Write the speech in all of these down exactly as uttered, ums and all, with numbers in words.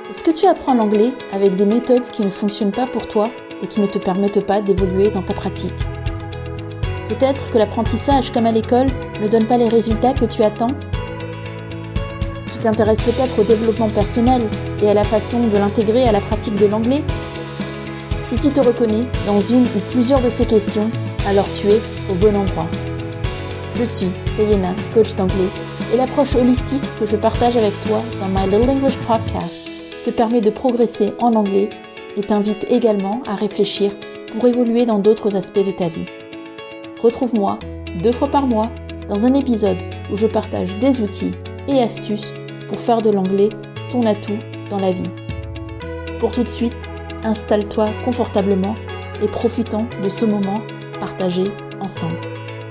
Est-ce que tu apprends l'anglais avec des méthodes qui ne fonctionnent pas pour toi et qui ne te permettent pas d'évoluer dans ta pratique? Peut-être que l'apprentissage, comme à l'école, ne donne pas les résultats que tu attends? Tu t'intéresses peut-être au développement personnel et à la façon de l'intégrer à la pratique de l'anglais? Si tu te reconnais dans une ou plusieurs de ces questions, alors tu es au bon endroit. Je suis Oyena, coach d'anglais, et l'approche holistique que je partage avec toi dans My Little English Podcast te permet de progresser en anglais et t'invite également à réfléchir pour évoluer dans d'autres aspects de ta vie. Retrouve-moi deux fois par mois dans un épisode où je partage des outils et astuces pour faire de l'anglais ton atout dans la vie. Pour tout de suite, installe-toi confortablement et profitons de ce moment partagé ensemble.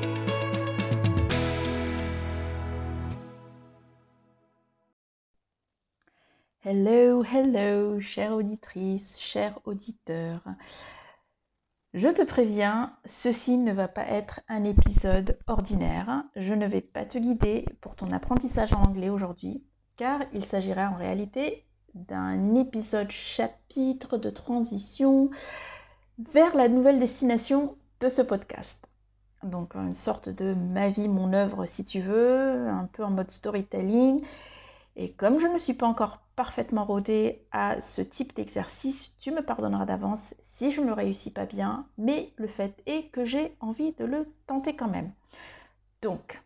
Hello, hello, chère auditrice, cher auditeur. Je te préviens, ceci ne va pas être un épisode ordinaire. Je ne vais pas te guider pour ton apprentissage en anglais aujourd'hui, car il s'agira en réalité d'un épisode chapitre de transition vers la nouvelle destination de ce podcast. Donc une sorte de ma vie, mon œuvre si tu veux, un peu en mode storytelling. Et comme je ne suis pas encore parfaitement rodée à ce type d'exercice, tu me pardonneras d'avance si je ne le réussis pas bien, mais le fait est que j'ai envie de le tenter quand même. Donc,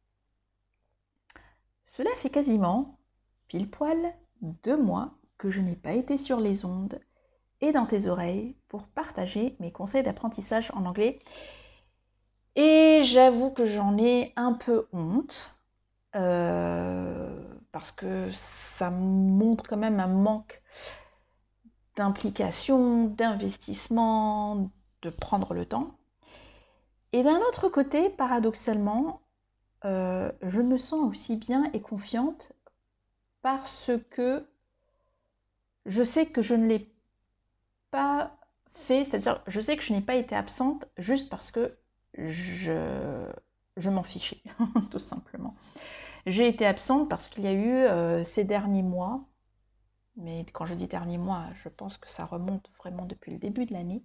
cela fait quasiment pile poil deux mois que je n'ai pas été sur les ondes et dans tes oreilles pour partager mes conseils d'apprentissage en anglais. Et j'avoue que j'en ai un peu honte. Euh, parce que ça montre quand même un manque d'implication, d'investissement, de prendre le temps. Et d'un autre côté, paradoxalement, euh, je me sens aussi bien et confiante parce que je sais que je ne l'ai pas fait, c'est-à-dire je sais que je n'ai pas été absente juste parce que je, je m'en fichais, tout simplement. J'ai été absente parce qu'il y a eu euh, ces derniers mois, mais quand je dis derniers mois, je pense que ça remonte vraiment depuis le début de l'année,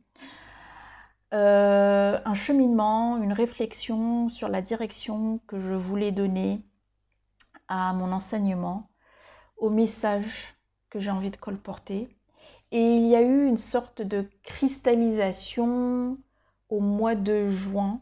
euh, un cheminement, une réflexion sur la direction que je voulais donner à mon enseignement, au message que j'ai envie de colporter. Et il y a eu une sorte de cristallisation au mois de juin,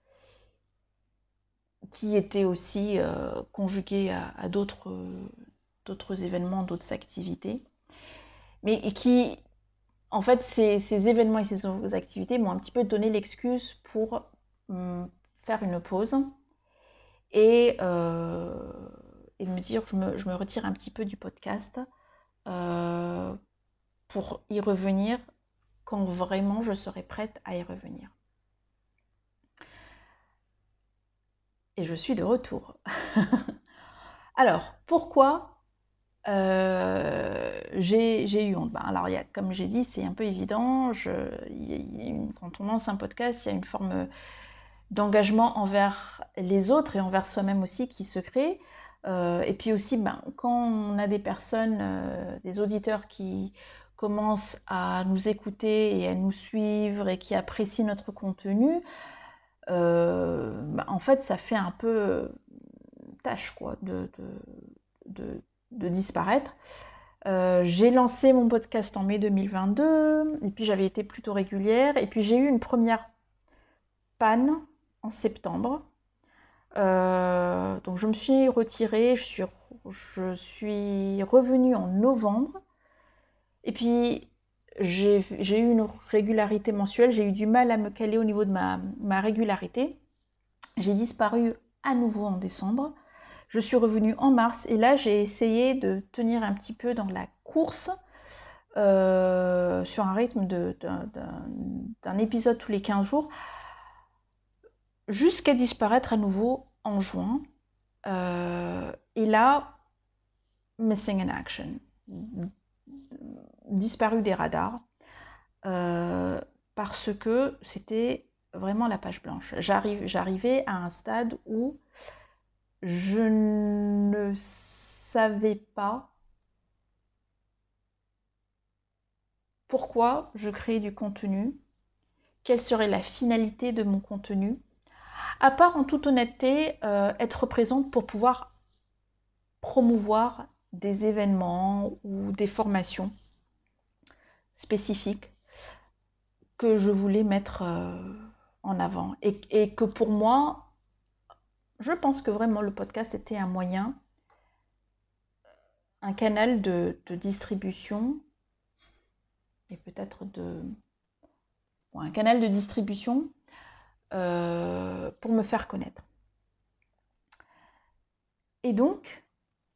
qui était aussi euh, conjuguée à, à d'autres, euh, d'autres événements, d'autres activités, mais qui, en fait, ces, ces événements et ces activités m'ont un petit peu donné l'excuse pour hum, faire une pause et, euh, et me dire que je me, je me retire un petit peu du podcast euh, pour y revenir quand vraiment je serai prête à y revenir. Et je suis de retour. Alors, pourquoi euh, j'ai, j'ai eu honte? Ben, alors, il y a, comme j'ai dit, c'est un peu évident. Je, il y a, il y a une, quand on lance un podcast, il y a une forme d'engagement envers les autres et envers soi-même aussi qui se crée. Euh, et puis aussi, ben, quand on a des personnes, euh, des auditeurs qui commencent à nous écouter et à nous suivre et qui apprécient notre contenu, euh, ben, en fait, ça fait un peu tâche quoi, de, de, de, de disparaître. Euh, j'ai lancé mon podcast en mai deux mille vingt-deux, et puis j'avais été plutôt régulière, et puis j'ai eu une première panne en septembre. Euh, donc je me suis retirée, je suis, je suis revenue en novembre, et puis j'ai, j'ai eu une régularité mensuelle, j'ai eu du mal à me caler au niveau de ma, ma régularité. J'ai disparu à nouveau en décembre. Je suis revenue en mars et là j'ai essayé de tenir un petit peu dans la course euh, sur un rythme de, d'un, d'un, d'un épisode tous les quinze jours jusqu'à disparaître à nouveau en juin. Euh, et là, missing in action, disparu des radars euh, parce que c'était vraiment la page blanche. J'arrive, j'arrivais à un stade où je ne savais pas pourquoi je crée du contenu, quelle serait la finalité de mon contenu, à part en toute honnêteté euh, être présente pour pouvoir promouvoir des événements ou des formations spécifiques que je voulais mettre euh, en avant. Et, et que pour moi, je pense que vraiment le podcast était un moyen, un canal de, de distribution et peut-être de... Bon, un canal de distribution euh, pour me faire connaître. Et donc,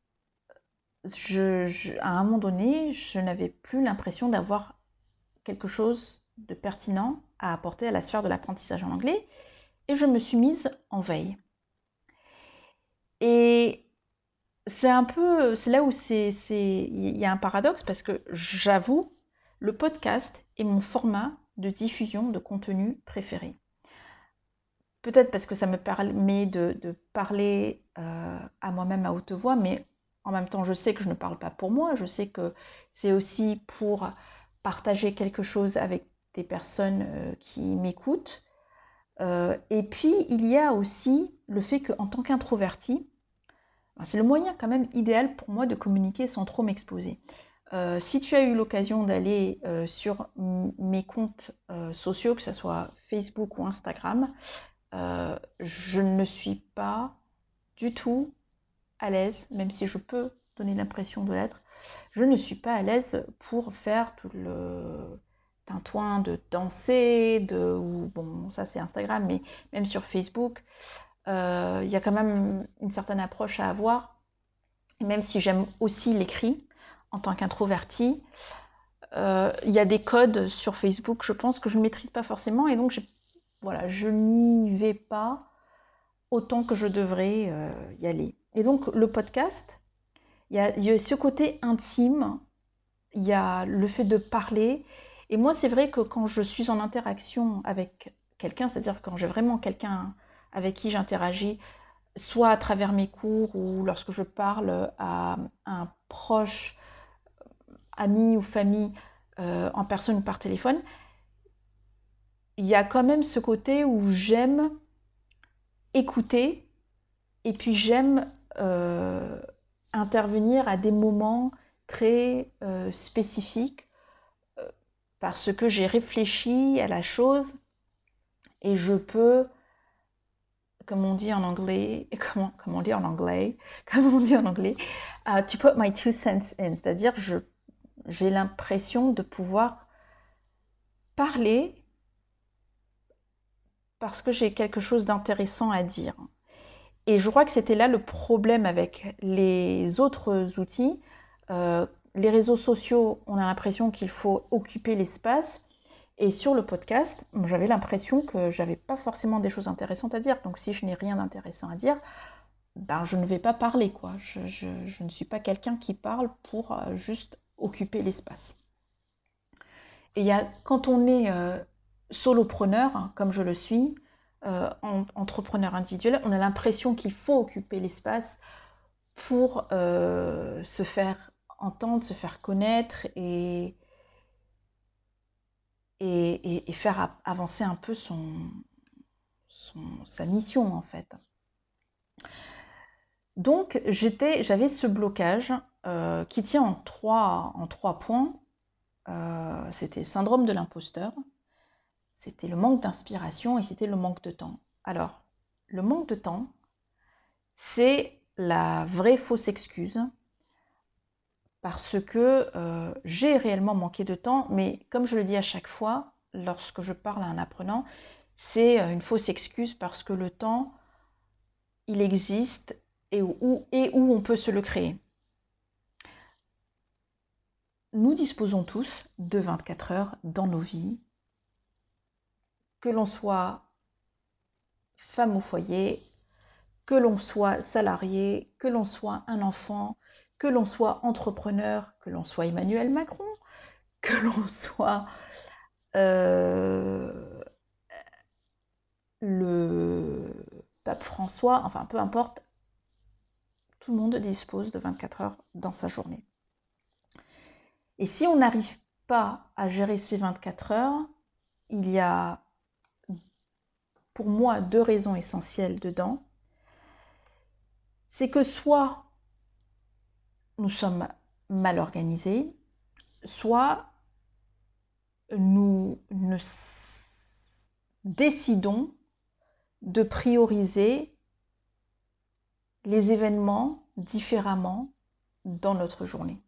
je, je, à un moment donné, je n'avais plus l'impression d'avoir quelque chose de pertinent à apporter à la sphère de l'apprentissage en anglais et je me suis mise en veille. Et c'est un peu, c'est là où c'est, c'est, il y a un paradoxe parce que j'avoue, le podcast est mon format de diffusion de contenu préféré. Peut-être parce que ça me permet de, de parler euh, à moi-même à haute voix, mais en même temps, je sais que je ne parle pas pour moi, je sais que c'est aussi pour partager quelque chose avec des personnes euh, qui m'écoutent. Euh, et puis, il y a aussi le fait qu'en tant qu'introvertie, c'est le moyen quand même idéal pour moi de communiquer sans trop m'exposer. Euh, si tu as eu l'occasion d'aller euh, sur mes comptes euh, sociaux, que ce soit Facebook ou Instagram, euh, je ne suis pas du tout à l'aise, même si je peux donner l'impression de l'être, je ne suis pas à l'aise pour faire tout le tintouin de danser, de, ou bon, ça c'est Instagram, mais même sur Facebook, euh, il y a quand même une certaine approche à avoir. Et même si j'aime aussi l'écrit en tant qu'introvertie, euh, il y a des codes sur Facebook, je pense, que je ne maîtrise pas forcément, et donc voilà, je n'y vais pas autant que je devrais euh, y aller. Et donc le podcast, il y a, il y a ce côté intime, il y a le fait de parler. Et moi, c'est vrai que quand je suis en interaction avec quelqu'un, c'est-à-dire quand j'ai vraiment quelqu'un avec qui j'interagis, soit à travers mes cours ou lorsque je parle à un proche, ami ou famille, euh, en personne ou par téléphone, il y a quand même ce côté où j'aime écouter et puis j'aime euh, intervenir à des moments très euh, spécifiques euh, parce que j'ai réfléchi à la chose et je peux, comme on dit en anglais, comment, comment on dit en anglais, comme on dit en anglais, uh, to put my two cents in, c'est-à-dire je, j'ai l'impression de pouvoir parler parce que j'ai quelque chose d'intéressant à dire. Et je crois que c'était là le problème avec les autres outils. Euh, les réseaux sociaux, on a l'impression qu'il faut occuper l'espace. Et sur le podcast, j'avais l'impression que j'avais pas forcément des choses intéressantes à dire. Donc si je n'ai rien d'intéressant à dire, ben je ne vais pas parler, quoi. Je, je, je ne suis pas quelqu'un qui parle pour euh, juste occuper l'espace. Et y a, quand on est euh, solopreneur, hein, comme je le suis, euh, en, entrepreneur individuel, on a l'impression qu'il faut occuper l'espace pour euh, se faire entendre, se faire connaître et, et, et, et faire avancer un peu son, son, sa mission en fait. Donc j'étais, j'avais ce blocage euh, qui tient en trois, en trois points. Euh, c'était syndrome de l'imposteur, c'était le manque d'inspiration et c'était le manque de temps. Alors, le manque de temps, c'est la vraie fausse excuse parce que euh, j'ai réellement manqué de temps, mais comme je le dis à chaque fois, lorsque je parle à un apprenant, c'est une fausse excuse parce que le temps, il existe et où, et où on peut se le créer. Nous disposons tous de vingt-quatre heures dans nos vies, que l'on soit femme au foyer, que l'on soit salarié, que l'on soit un enfant, que l'on soit entrepreneur, que l'on soit Emmanuel Macron, que l'on soit euh, le pape François, enfin peu importe, tout le monde dispose de vingt-quatre heures dans sa journée. Et si on n'arrive pas à gérer ces vingt-quatre heures, il y a pour moi deux raisons essentielles dedans. C'est que soit nous sommes mal organisés, soit nous ne décidons de prioriser les événements différemment dans notre journée.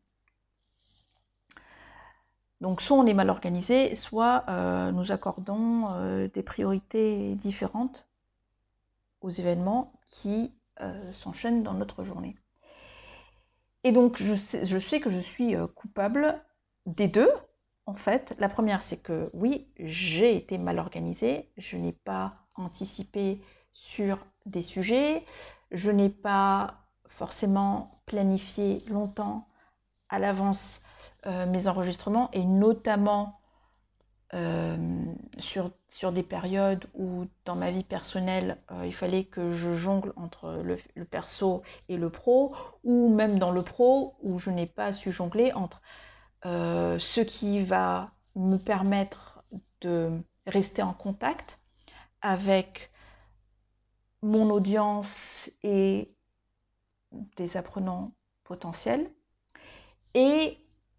Donc soit on est mal organisé, soit euh, nous accordons euh, des priorités différentes aux événements qui euh, s'enchaînent dans notre journée. Et donc je sais, je sais que je suis euh, coupable des deux, en fait. La première, c'est que oui, j'ai été mal organisée, je n'ai pas anticipé sur des sujets, je n'ai pas forcément planifié longtemps à l'avance euh, mes enregistrements, et notamment euh, sur, sur des périodes où dans ma vie personnelle euh, il fallait que je jongle entre le, le perso et le pro, ou même dans le pro où je n'ai pas su jongler entre euh, ce qui va me permettre de rester en contact avec mon audience et des apprenants potentiels, et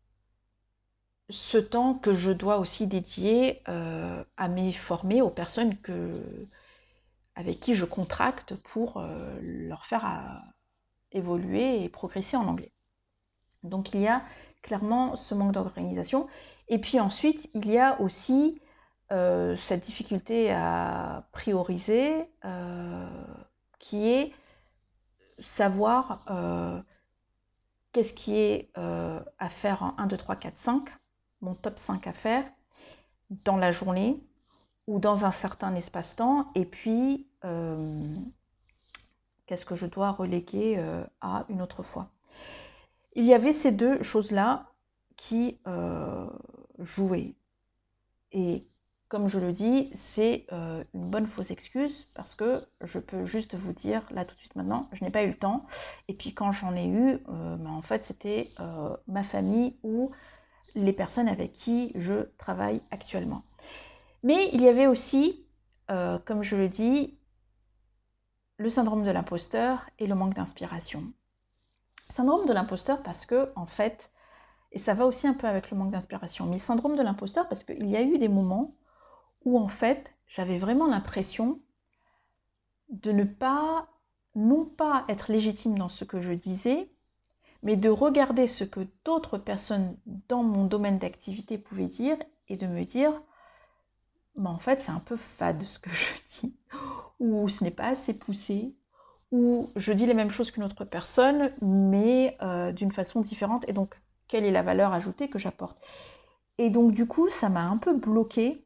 ce temps que je dois aussi dédier euh, à me former aux personnes que, avec qui je contracte pour euh, leur faire à, évoluer et progresser en anglais. Donc il y a clairement ce manque d'organisation. Et puis ensuite, il y a aussi euh, cette difficulté à prioriser euh, qui est savoir euh, qu'est-ce qui est euh, à faire en un, deux, trois, quatre, cinq, mon top cinq à faire dans la journée ou dans un certain espace-temps, et puis euh, qu'est-ce que je dois reléguer euh, à une autre fois. Il y avait ces deux choses-là qui euh, jouaient. Et comme je le dis, c'est euh, une bonne fausse excuse, parce que je peux juste vous dire, là tout de suite maintenant, je n'ai pas eu le temps. Et puis quand j'en ai eu, euh, ben, en fait c'était euh, ma famille ou les personnes avec qui je travaille actuellement. Mais il y avait aussi, euh, comme je le dis, le syndrome de l'imposteur et le manque d'inspiration. Syndrome de l'imposteur parce que, en fait, et ça va aussi un peu avec le manque d'inspiration, mais syndrome de l'imposteur parce qu'il y a eu des moments où, en fait, j'avais vraiment l'impression de ne pas, non pas être légitime dans ce que je disais, mais de regarder ce que d'autres personnes dans mon domaine d'activité pouvaient dire et de me dire, bah en fait c'est un peu fade ce que je dis, ou ce n'est pas assez poussé, ou je dis les mêmes choses qu'une autre personne, mais euh, d'une façon différente, et donc quelle est la valeur ajoutée que j'apporte. Et donc du coup ça m'a un peu bloquée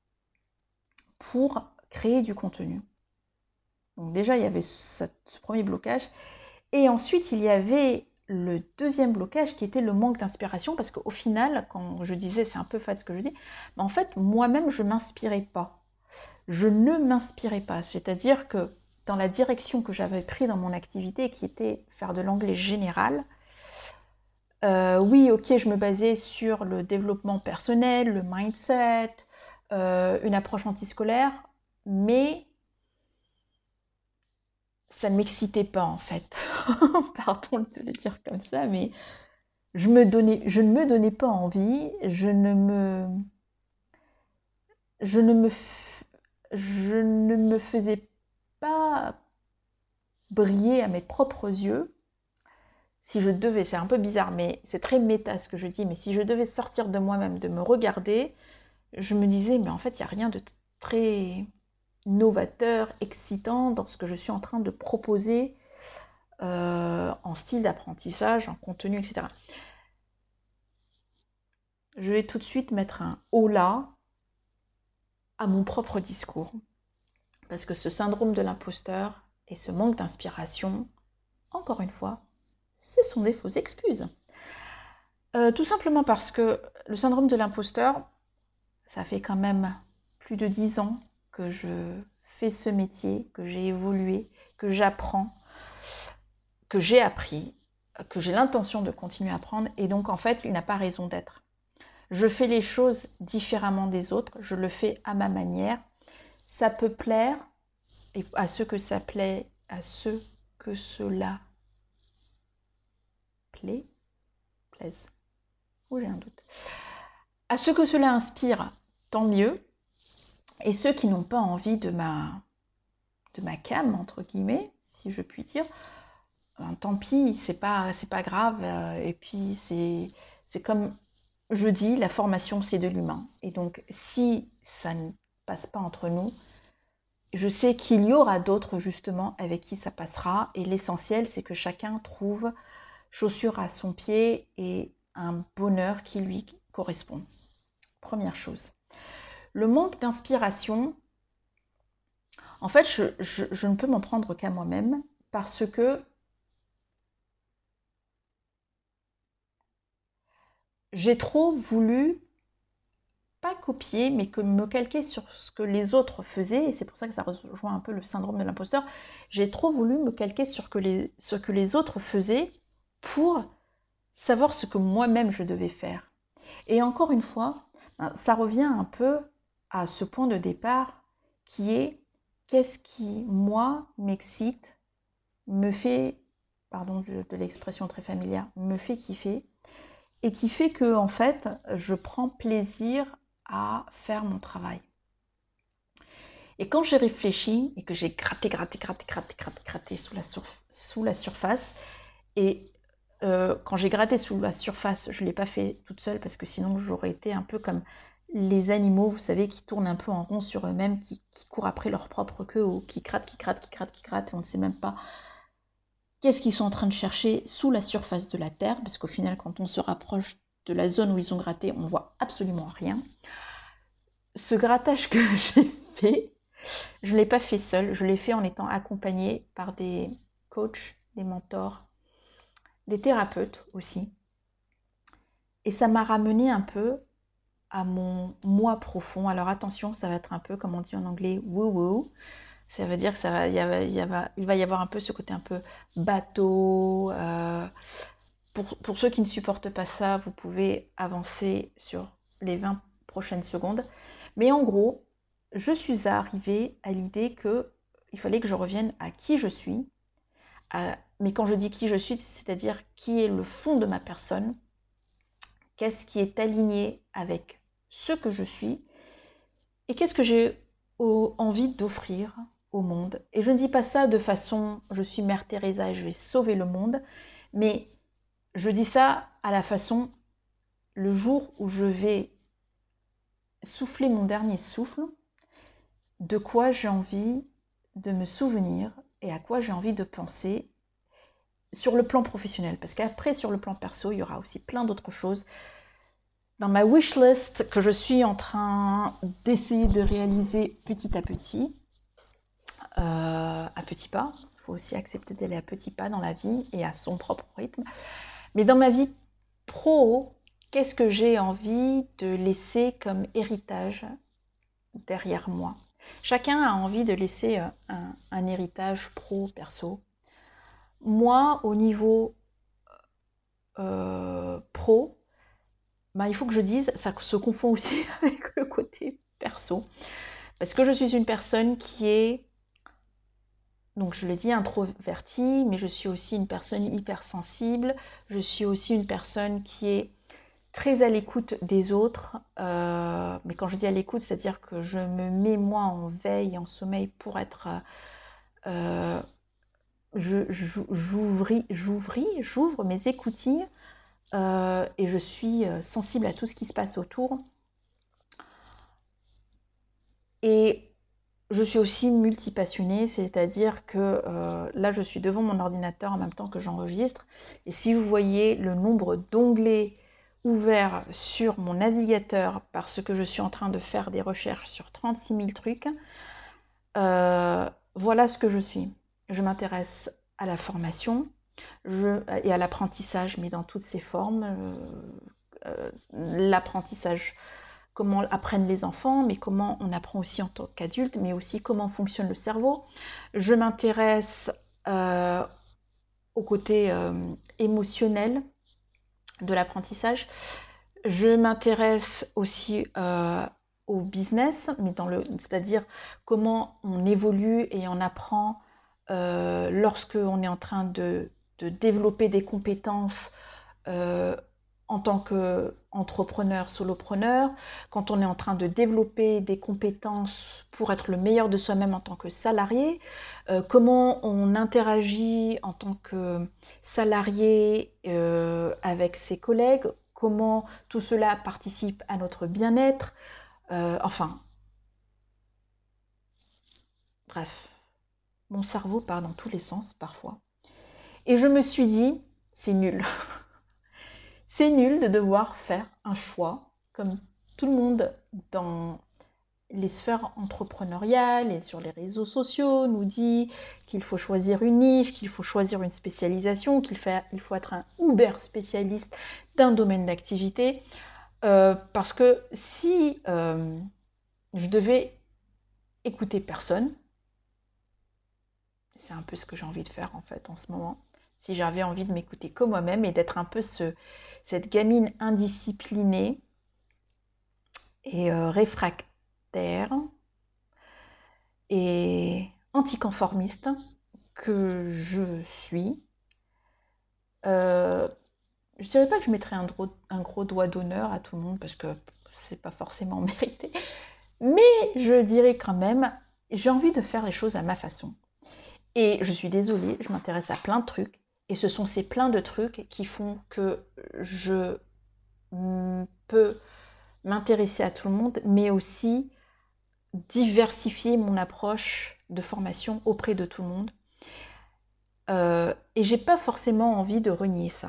pour créer du contenu. Donc déjà il y avait ce, ce premier blocage, et ensuite il y avait le deuxième blocage qui était le manque d'inspiration, parce qu'au final, quand je disais c'est un peu fade ce que je dis, mais en fait moi-même je ne m'inspirais pas. Je ne m'inspirais pas, c'est-à-dire que dans la direction que j'avais prise dans mon activité, qui était faire de l'anglais général, euh, oui, ok, je me basais sur le développement personnel, le mindset, euh, une approche antiscolaire, mais ça ne m'excitait pas en fait. Pardon de le dire comme ça, mais je, me donnais, je ne me donnais pas envie, je ne me... Je ne me, je ne me faisais pas briller à mes propres yeux. Si je devais, c'est un peu bizarre, mais c'est très méta ce que je dis, mais si je devais sortir de moi-même, de me regarder, je me disais, mais en fait, il n'y a rien de très novateur, excitant dans ce que je suis en train de proposer euh, en style d'apprentissage, en contenu, et cetera. Je vais tout de suite mettre un haut là à mon propre discours, parce que ce syndrome de l'imposteur et ce manque d'inspiration, encore une fois, ce sont des fausses excuses. Euh, tout simplement parce que le syndrome de l'imposteur, ça fait quand même plus de dix ans que je fais ce métier, que j'ai évolué, que j'apprends, que j'ai appris, que j'ai l'intention de continuer à apprendre, et donc en fait, il n'a pas raison d'être. Je fais les choses différemment des autres, je le fais à ma manière. Ça peut plaire, et à ceux que ça plaît, à ceux que cela plaît, plaise. Oh, j'ai un doute. À ceux que cela inspire, tant mieux. Et ceux qui n'ont pas envie de ma, de ma cam, entre guillemets, si je puis dire, ben, tant pis, c'est pas, c'est pas grave. Et puis, c'est, c'est comme je dis, la formation, c'est de l'humain. Et donc, si ça ne passe pas entre nous, je sais qu'il y aura d'autres, justement, avec qui ça passera. Et l'essentiel, c'est que chacun trouve chaussure à son pied et un bonheur qui lui correspond. Première chose. Le manque d'inspiration, en fait, je, je, je ne peux m'en prendre qu'à moi-même parce que j'ai trop voulu, pas copier, mais que me calquer sur ce que les autres faisaient, et c'est pour ça que ça rejoint un peu le syndrome de l'imposteur. J'ai trop voulu me calquer sur que les, ce que les autres faisaient pour savoir ce que moi-même je devais faire. Et encore une fois, ça revient un peu à ce point de départ qui est qu'est-ce qui, moi, m'excite, me fait, pardon de l'expression très familière, me fait kiffer, et qui fait que, en fait, je prends plaisir à faire mon travail. Et quand j'ai réfléchi et que j'ai gratté, gratté, gratté, gratté, gratté, gratté sous la, surf, sous la surface, et euh, quand j'ai gratté sous la surface, je ne l'ai pas fait toute seule parce que sinon j'aurais été un peu comme les animaux, vous savez, qui tournent un peu en rond sur eux-mêmes, qui, qui courent après leur propre queue, ou qui grattent, qui grattent, qui grattent, qui grattent, et on ne sait même pas qu'est-ce qu'ils sont en train de chercher sous la surface de la Terre, parce qu'au final, quand on se rapproche de la zone où ils ont gratté, on ne voit absolument rien. Ce grattage que j'ai fait, je ne l'ai pas fait seul, je l'ai fait en étant accompagnée par des coachs, des mentors, des thérapeutes aussi. Et ça m'a ramené un peu à mon moi profond. Alors attention, ça va être un peu, comme on dit en anglais, woo-woo. Ça veut dire que ça va, il, y a, il, y a, il va y avoir un peu ce côté un peu bateau. Euh, pour, pour ceux qui ne supportent pas ça, vous pouvez avancer sur les vingt prochaines secondes. Mais en gros, je suis arrivée à l'idée qu'il fallait que je revienne à qui je suis. À, mais quand je dis qui je suis, c'est-à-dire qui est le fond de ma personne. Qu'est-ce qui est aligné avec ce que je suis et qu'est-ce que j'ai envie d'offrir au monde. Et je ne dis pas ça de façon, je suis Mère Teresa et je vais sauver le monde, mais je dis ça à la façon, le jour où je vais souffler mon dernier souffle, de quoi j'ai envie de me souvenir et à quoi j'ai envie de penser sur le plan professionnel. Parce qu'après, sur le plan perso, il y aura aussi plein d'autres choses dans ma wish list que je suis en train d'essayer de réaliser petit à petit, euh, à petits pas. Il faut aussi accepter d'aller à petits pas dans la vie et à son propre rythme. Mais dans ma vie pro, qu'est-ce que j'ai envie de laisser comme héritage derrière moi? Chacun a envie de laisser un, un héritage pro-perso. Moi, au niveau euh, pro, bah, il faut que je dise, ça se confond aussi avec le côté perso. Parce que je suis une personne qui est, donc je le dis, introvertie, mais je suis aussi une personne hypersensible. Je suis aussi une personne qui est très à l'écoute des autres. Euh, mais quand je dis à l'écoute, c'est-à-dire que je me mets moi en veille, en sommeil pour être... Euh, je, j'ouvris, j'ouvris, j'ouvre mes écoutilles euh, et je suis sensible à tout ce qui se passe autour. Et je suis aussi multipassionnée, c'est-à-dire que euh, là, je suis devant mon ordinateur en même temps que j'enregistre. Et si vous voyez le nombre d'onglets ouverts sur mon navigateur parce que je suis en train de faire des recherches sur trente-six mille trucs, euh, voilà ce que je suis. Je m'intéresse à la formation je, et à l'apprentissage, mais dans toutes ses formes. Euh, euh, l'apprentissage, comment apprennent les enfants, mais comment on apprend aussi en tant qu'adulte, mais aussi comment fonctionne le cerveau. Je m'intéresse euh, au côté euh, émotionnel de l'apprentissage. je m'intéresse aussi euh, au business, mais dans le, c'est-à-dire comment on évolue et on apprend euh, lorsque on est en train de, de développer des compétences euh, en tant qu'entrepreneur, solopreneur, quand on est en train de développer des compétences pour être le meilleur de soi-même en tant que salarié, euh, comment on interagit en tant que salarié euh, avec ses collègues, comment tout cela participe à notre bien-être, euh, enfin, bref, mon cerveau part dans tous les sens parfois. Et je me suis dit, c'est nul. C'est nul de devoir faire un choix, comme tout le monde dans les sphères entrepreneuriales et sur les réseaux sociaux nous dit qu'il faut choisir une niche, qu'il faut choisir une spécialisation, qu'il faut être un uber spécialiste d'un domaine d'activité. Euh, parce que si euh, je devais écouter personne, c'est un peu ce que j'ai envie de faire en fait en ce moment, si j'avais envie de m'écouter que moi-même et d'être un peu ce, cette gamine indisciplinée et euh, réfractaire et anticonformiste que je suis, euh, je dirais pas que je mettrais un gros, un gros doigt d'honneur à tout le monde parce que c'est pas forcément mérité, mais je dirais quand même, j'ai envie de faire les choses à ma façon. Et je suis désolée, je m'intéresse à plein de trucs, et ce sont ces plein de trucs qui font que je peux m'intéresser à tout le monde, mais aussi diversifier mon approche de formation auprès de tout le monde. Euh, et j'ai pas forcément envie de renier ça.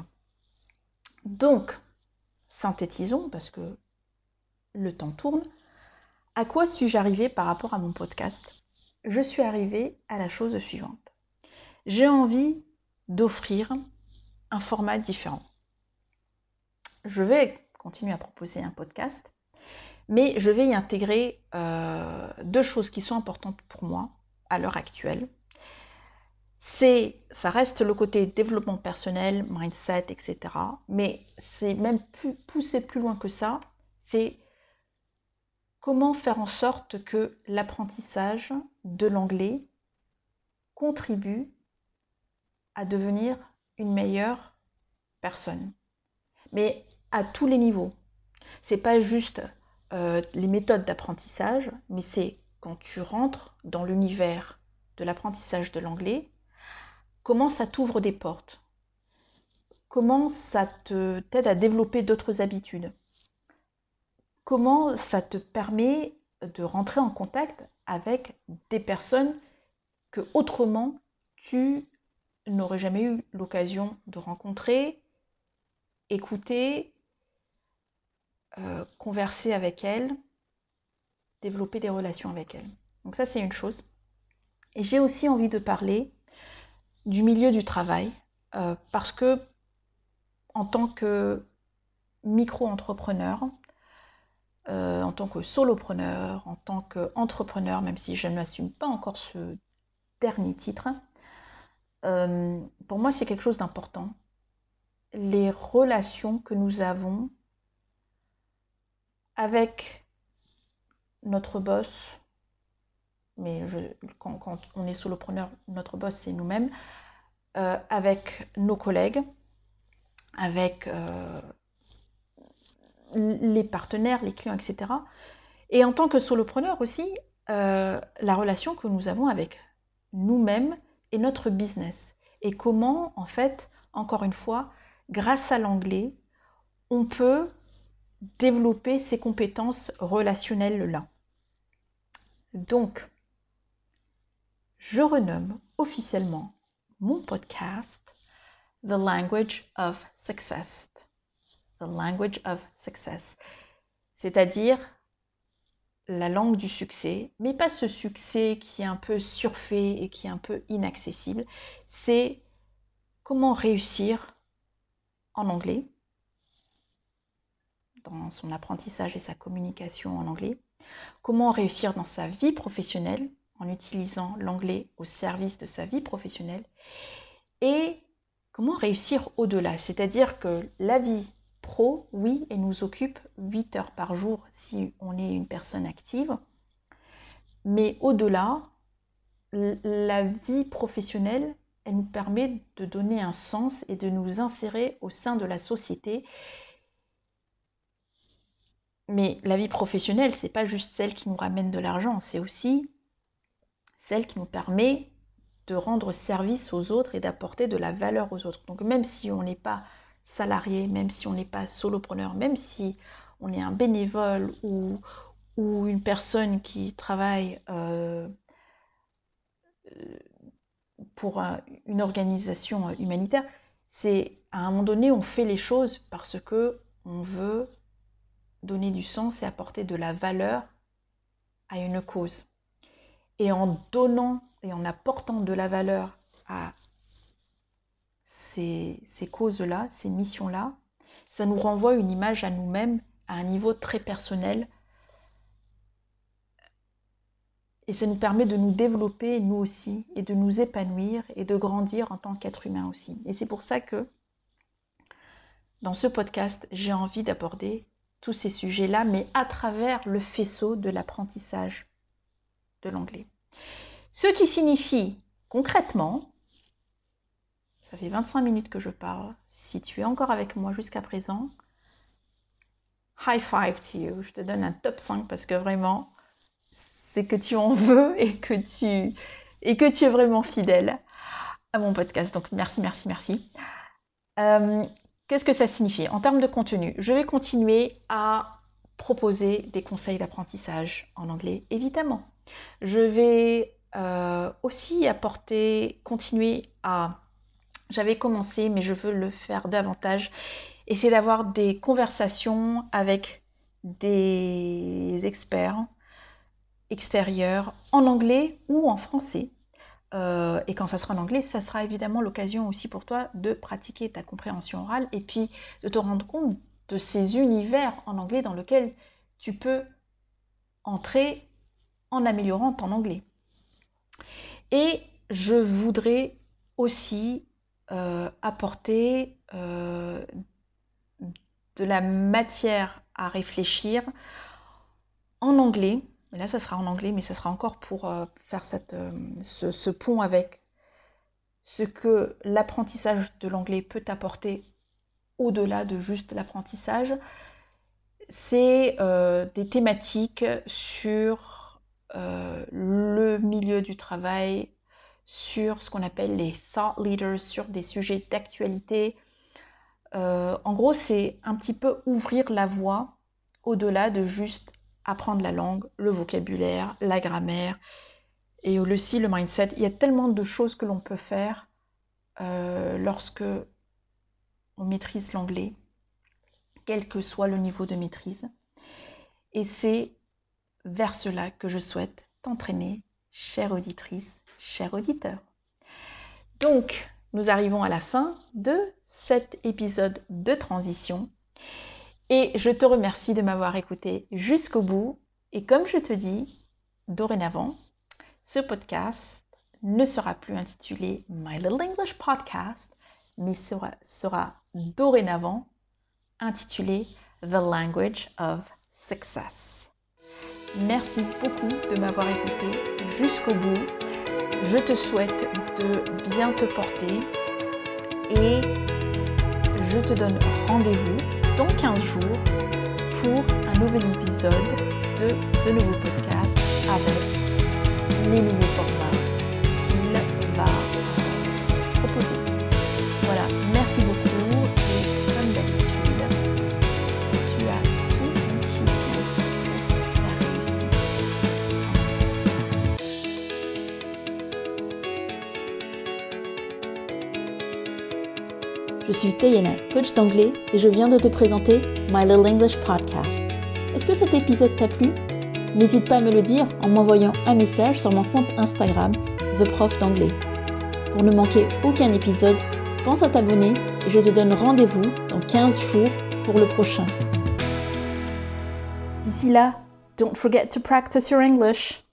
Donc, synthétisons, parce que le temps tourne. À quoi suis-je arrivée par rapport à mon podcast? Je suis arrivée à la chose suivante. J'ai envie d'offrir un format différent. Je vais continuer à proposer un podcast, mais je vais y intégrer euh, deux choses qui sont importantes pour moi à l'heure actuelle. C'est, ça reste le côté développement personnel, mindset, et cetera. Mais c'est même plus, poussé plus loin que ça. C'est comment faire en sorte que l'apprentissage de l'anglais contribue à devenir une meilleure personne. Mais à tous les niveaux. C'est pas juste euh, les méthodes d'apprentissage, mais c'est quand tu rentres dans l'univers de l'apprentissage de l'anglais, comment ça t'ouvre des portes, comment ça te, t'aide à développer d'autres habitudes, comment ça te permet de rentrer en contact avec des personnes que autrement tu n'aurais jamais eu l'occasion de rencontrer, écouter, euh, converser avec elles, développer des relations avec elles. Donc ça, c'est une chose. Et j'ai aussi envie de parler du milieu du travail, euh, parce que en tant que micro-entrepreneur, euh, en tant que solopreneur, en tant qu'entrepreneur, même si je n'assume pas encore ce dernier titre, euh, pour moi c'est quelque chose d'important. Les relations que nous avons avec notre boss, mais je, quand, quand on est solopreneur, notre boss c'est nous-mêmes, euh, avec nos collègues, avec euh, les partenaires, les clients, et cetera. Et en tant que solopreneur aussi, euh, la relation que nous avons avec nous-mêmes et notre business. Et comment, en fait, encore une fois, grâce à l'anglais, on peut développer ces compétences relationnelles-là. Donc, je renomme officiellement mon podcast The Language of Success. The Language of Success. C'est-à-dire la langue du succès, mais pas ce succès qui est un peu surfait et qui est un peu inaccessible. C'est comment réussir en anglais, dans son apprentissage et sa communication en anglais, comment réussir dans sa vie professionnelle en utilisant l'anglais au service de sa vie professionnelle, et comment réussir au-delà, c'est-à-dire que la vie pro, oui, elle nous occupe huit heures par jour si on est une personne active. Mais au-delà, la vie professionnelle, elle nous permet de donner un sens et de nous insérer au sein de la société. Mais la vie professionnelle, c'est pas juste celle qui nous ramène de l'argent, c'est aussi celle qui nous permet de rendre service aux autres et d'apporter de la valeur aux autres. Donc même si on n'est pas salarié, même si on n'est pas solopreneur, même si on est un bénévole ou, ou une personne qui travaille euh, pour un, une organisation humanitaire, c'est à un moment donné, on fait les choses parce que on veut donner du sens et apporter de la valeur à une cause. Et en donnant et en apportant de la valeur à ces, ces causes-là, ces missions-là, ça nous renvoie une image à nous-mêmes à un niveau très personnel. Et ça nous permet de nous développer, nous aussi, et de nous épanouir et de grandir en tant qu'être humain aussi. Et c'est pour ça que dans ce podcast, j'ai envie d'aborder tous ces sujets-là, mais à travers le faisceau de l'apprentissage de l'anglais. Ce qui signifie concrètement, ça fait vingt-cinq minutes que je parle, si tu es encore avec moi jusqu'à présent, high five to you, je te donne un top cinq parce que vraiment, c'est que tu en veux et que tu, et que tu es vraiment fidèle à mon podcast. Donc merci, merci, merci. Euh, qu'est-ce que ça signifie en termes de contenu? Je vais continuer à proposer des conseils d'apprentissage en anglais, évidemment. Je vais euh, aussi apporter, continuer à... J'avais commencé, mais je veux le faire davantage. Essayer d'avoir des conversations avec des experts extérieurs en anglais ou en français. Euh, et quand ça sera en anglais, ça sera évidemment l'occasion aussi pour toi de pratiquer ta compréhension orale et puis de te rendre compte de ces univers en anglais dans lesquels tu peux entrer en améliorant ton anglais. Et je voudrais aussi euh, apporter euh, de la matière à réfléchir en anglais. Et là, ça sera en anglais, mais ça sera encore pour euh, faire cette, euh, ce, ce pont avec ce que l'apprentissage de l'anglais peut apporter au-delà de juste l'apprentissage. C'est euh, des thématiques sur euh, le milieu du travail, sur ce qu'on appelle les thought leaders, sur des sujets d'actualité. Euh, en gros, c'est un petit peu ouvrir la voie au-delà de juste apprendre la langue, le vocabulaire, la grammaire et aussi le mindset. Il y a tellement de choses que l'on peut faire euh, lorsque on maîtrise l'anglais, quel que soit le niveau de maîtrise. Et c'est vers cela que je souhaite t'entraîner, chère auditrice, cher auditeur. Donc, nous arrivons à la fin de cet épisode de transition. Et je te remercie de m'avoir écouté jusqu'au bout. Et comme je te dis, dorénavant, ce podcast ne sera plus intitulé My Little English Podcast, mais sera, sera dorénavant intitulé The Language of Success. Merci beaucoup de m'avoir écouté jusqu'au bout. Je te souhaite de bien te porter et je te donne rendez-vous dans quinze jours pour un nouvel épisode de ce nouveau podcast avec les nouveaux formats qu'il va proposer. Voilà, merci beaucoup et comme d'habitude, tu as tout mon soutien pour la réussite. Je suis Tayana, coach d'anglais, et je viens de te présenter My Little English Podcast. Est-ce que cet épisode t'a plu? N'hésite pas à me le dire en m'envoyant un message sur mon compte Instagram, The Prof d'anglais. Pour ne manquer aucun épisode, pense à t'abonner et je te donne rendez-vous dans quinze jours pour le prochain. D'ici là, don't forget to practice your English.